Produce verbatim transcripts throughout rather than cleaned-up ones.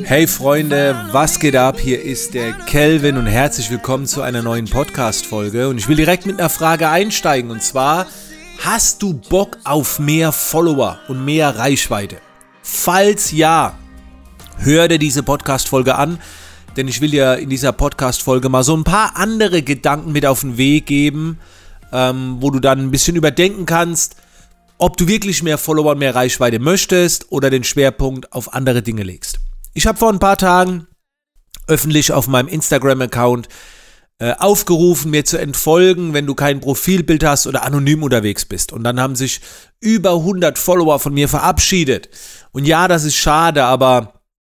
Hey Freunde, was geht ab? Hier ist der Kelvin und herzlich willkommen zu einer neuen Podcast-Folge. Und ich will direkt mit einer Frage einsteigen und zwar: Hast du Bock auf mehr Follower und mehr Reichweite? Falls ja, hör dir diese Podcast-Folge an, denn ich will dir in dieser Podcast-Folge mal so ein paar andere Gedanken mit auf den Weg geben, ähm, wo du dann ein bisschen überdenken kannst, ob du wirklich mehr Follower und mehr Reichweite möchtest oder den Schwerpunkt auf andere Dinge legst. Ich habe vor ein paar Tagen öffentlich auf meinem Instagram-Account äh, aufgerufen, mir zu entfolgen, wenn du kein Profilbild hast oder anonym unterwegs bist. Und dann haben sich über hundert Follower von mir verabschiedet. Und ja, das ist schade, aber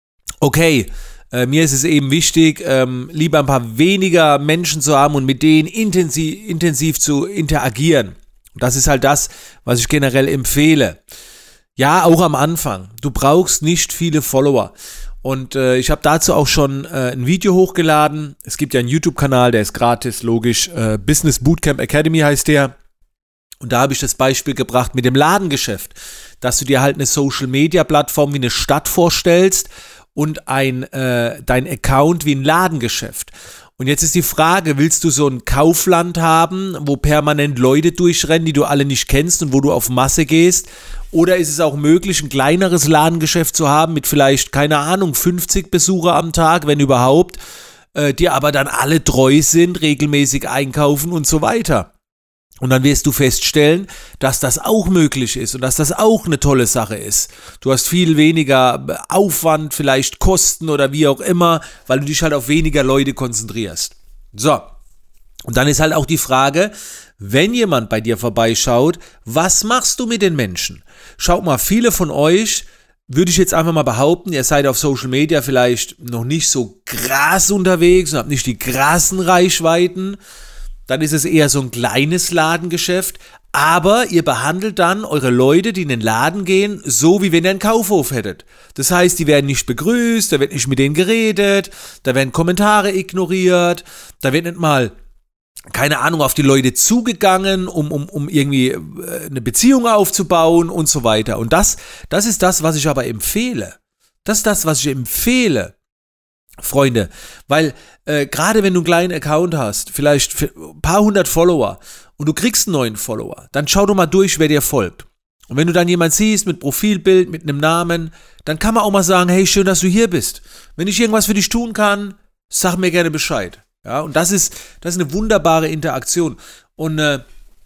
okay, äh, mir ist es eben wichtig, ähm, lieber ein paar weniger Menschen zu haben und mit denen intensiv, intensiv zu interagieren. Und das ist halt das, was ich generell empfehle. Ja, auch am Anfang. Du brauchst nicht viele Follower. Und äh, ich habe dazu auch schon äh, ein Video hochgeladen. Es gibt ja einen YouTube-Kanal, der ist gratis, logisch. Äh, Business Bootcamp Academy heißt der. Und da habe ich das Beispiel gebracht mit dem Ladengeschäft, dass du dir halt eine Social-Media-Plattform wie eine Stadt vorstellst und ein äh, dein Account wie ein Ladengeschäft. Und jetzt ist die Frage, willst du so ein Kaufland haben, wo permanent Leute durchrennen, die du alle nicht kennst und wo du auf Masse gehst? Oder ist es auch möglich, ein kleineres Ladengeschäft zu haben mit vielleicht, keine Ahnung, fünfzig Besucher am Tag, wenn überhaupt, äh, die aber dann alle treu sind, regelmäßig einkaufen und so weiter? Und dann wirst du feststellen, dass das auch möglich ist und dass das auch eine tolle Sache ist. Du hast viel weniger Aufwand, vielleicht Kosten oder wie auch immer, weil du dich halt auf weniger Leute konzentrierst. So, und dann ist halt auch die Frage, wenn jemand bei dir vorbeischaut, was machst du mit den Menschen? Schaut mal, viele von euch, würde ich jetzt einfach mal behaupten, ihr seid auf Social Media vielleicht noch nicht so krass unterwegs und habt nicht die krassen Reichweiten. Dann ist es eher so ein kleines Ladengeschäft, aber ihr behandelt dann eure Leute, die in den Laden gehen, so wie wenn ihr einen Kaufhof hättet. Das heißt, die werden nicht begrüßt, da wird nicht mit denen geredet, da werden Kommentare ignoriert, da wird nicht mal, keine Ahnung, auf die Leute zugegangen, um, um, um irgendwie eine Beziehung aufzubauen und so weiter. Und das, das ist das, was ich aber empfehle. Das ist das, was ich empfehle. Freunde, weil äh, gerade wenn du einen kleinen Account hast, vielleicht ein paar hundert Follower und du kriegst einen neuen Follower, dann schau doch mal durch, wer dir folgt. Und wenn du dann jemanden siehst mit Profilbild, mit einem Namen, dann kann man auch mal sagen, hey, schön, dass du hier bist. Wenn ich irgendwas für dich tun kann, sag mir gerne Bescheid. Ja, und das ist, das ist eine wunderbare Interaktion. Und äh,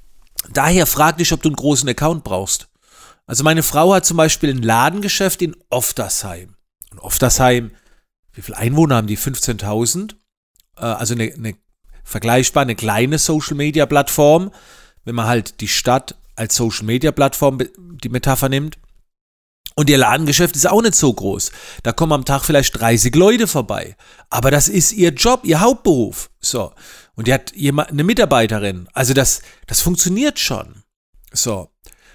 daher frag dich, ob du einen großen Account brauchst. Also meine Frau hat zum Beispiel ein Ladengeschäft in Oftersheim. Und Oftersheim, wie viele Einwohner haben die? fünfzehntausend. Äh, also eine, eine vergleichbar, eine kleine Social-Media-Plattform, wenn man halt die Stadt als Social-Media-Plattform die Metapher nimmt. Und ihr Ladengeschäft ist auch nicht so groß. Da kommen am Tag vielleicht dreißig Leute vorbei. Aber das ist ihr Job, ihr Hauptberuf. So. Und die hat jemand, eine Mitarbeiterin. Also das, das funktioniert schon. So.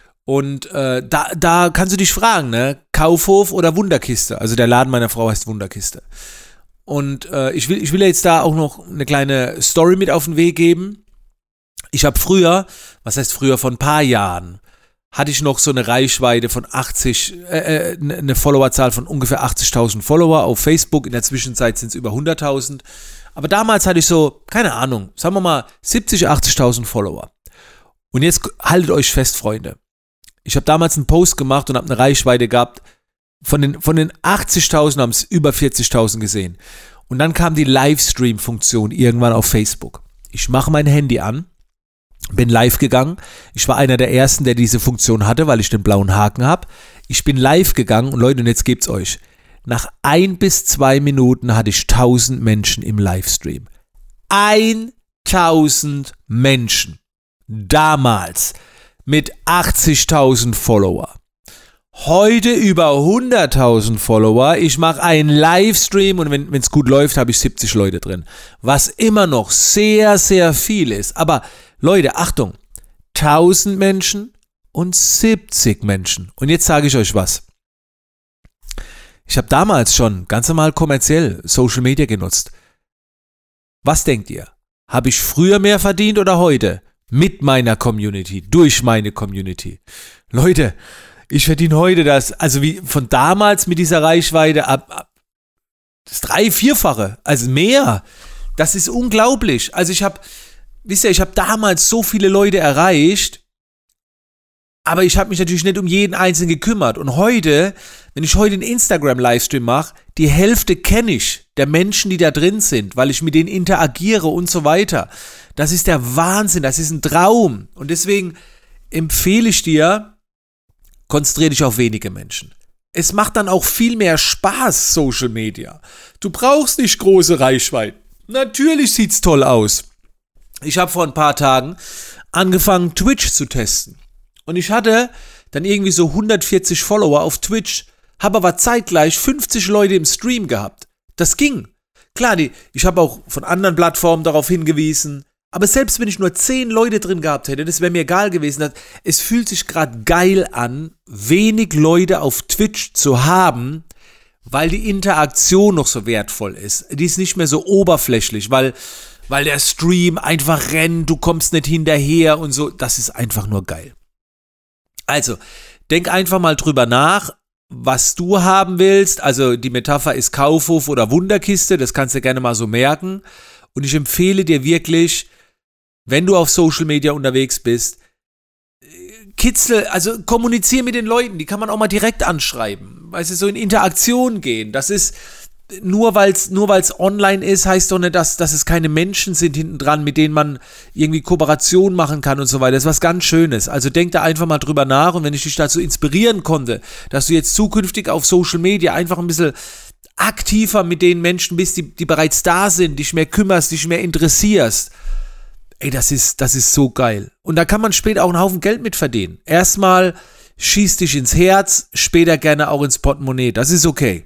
Und äh, da, da kannst du dich fragen, ne? Kaufhof oder Wunderkiste? Also der Laden meiner Frau heißt Wunderkiste. Und äh, ich will, ich will jetzt da auch noch eine kleine Story mit auf den Weg geben. Ich habe früher, was heißt früher, vor ein paar Jahren, hatte ich noch so eine Reichweite von achtzig, äh, eine Followerzahl von ungefähr achtzigtausend Follower auf Facebook. In der Zwischenzeit sind es über hunderttausend. Aber damals hatte ich so, keine Ahnung, sagen wir mal siebzigtausend, achtzigtausend Follower. Und jetzt haltet euch fest, Freunde. Ich habe damals einen Post gemacht und habe eine Reichweite gehabt. Von den, von den achtzigtausend haben es über vierzigtausend gesehen. Und dann kam die Livestream-Funktion irgendwann auf Facebook. Ich mache mein Handy an, bin live gegangen. Ich war einer der ersten, der diese Funktion hatte, weil ich den blauen Haken habe. Ich bin live gegangen und Leute, und jetzt gebt's euch. Nach ein bis zwei Minuten hatte ich tausend Menschen im Livestream. tausend Menschen. Damals. Mit achtzigtausend Follower. Heute über hunderttausend Follower. Ich mache einen Livestream und wenn es gut läuft, habe ich siebzig Leute drin. Was immer noch sehr, sehr viel ist. Aber Leute, Achtung, tausend Menschen und siebzig Menschen. Und jetzt sage ich euch was. Ich habe damals schon ganz normal kommerziell Social Media genutzt. Was denkt ihr? Habe ich früher mehr verdient oder heute? Mit meiner Community, durch meine Community. Leute, ich verdiene heute das, also wie von damals mit dieser Reichweite, ab, ab, das drei-, vierfache, also mehr. Das ist unglaublich. Also ich habe, wisst ihr, ich habe damals so viele Leute erreicht, aber ich habe mich natürlich nicht um jeden Einzelnen gekümmert. Und heute, wenn ich heute einen Instagram-Livestream mache, die Hälfte kenne ich der Menschen, die da drin sind, weil ich mit denen interagiere und so weiter. Das ist der Wahnsinn, das ist ein Traum. Und deswegen empfehle ich dir, konzentriere dich auf wenige Menschen. Es macht dann auch viel mehr Spaß, Social Media. Du brauchst nicht große Reichweiten. Natürlich sieht's toll aus. Ich habe vor ein paar Tagen angefangen, Twitch zu testen. Und ich hatte dann irgendwie so hundertvierzig Follower auf Twitch, habe aber zeitgleich fünfzig Leute im Stream gehabt. Das ging. Klar, die, ich habe auch von anderen Plattformen darauf hingewiesen, aber selbst wenn ich nur zehn Leute drin gehabt hätte, das wäre mir egal gewesen. Es fühlt sich gerade geil an, wenig Leute auf Twitch zu haben, weil die Interaktion noch so wertvoll ist. Die ist nicht mehr so oberflächlich, weil, weil der Stream einfach rennt, du kommst nicht hinterher und so. Das ist einfach nur geil. Also, denk einfach mal drüber nach, was du haben willst. Also, die Metapher ist Kaufhof oder Wunderkiste, das kannst du gerne mal so merken. Und ich empfehle dir wirklich, wenn du auf Social Media unterwegs bist, kitzel, also kommuniziere mit den Leuten, die kann man auch mal direkt anschreiben. Weißt du, so in Interaktion gehen. Das ist, nur weil es nur weil's online ist, heißt doch nicht, dass, dass es keine Menschen sind hinten dran, mit denen man irgendwie Kooperation machen kann und so weiter. Das ist was ganz Schönes. Also denk da einfach mal drüber nach, und wenn ich dich dazu inspirieren konnte, dass du jetzt zukünftig auf Social Media einfach ein bisschen aktiver mit den Menschen bist, die, die bereits da sind, dich mehr kümmerst, dich mehr interessierst. Ey, das ist, das ist so geil. Und da kann man später auch einen Haufen Geld mit verdienen. Erstmal schieß dich ins Herz, später gerne auch ins Portemonnaie. Das ist okay.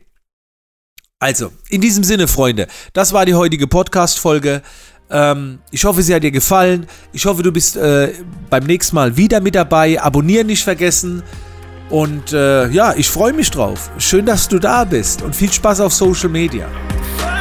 Also, in diesem Sinne, Freunde, das war die heutige Podcast-Folge. Ähm, ich hoffe, sie hat dir gefallen. Ich hoffe, du bist äh, beim nächsten Mal wieder mit dabei. Abonnieren nicht vergessen. Und äh, ja, ich freue mich drauf. Schön, dass du da bist. Und viel Spaß auf Social Media.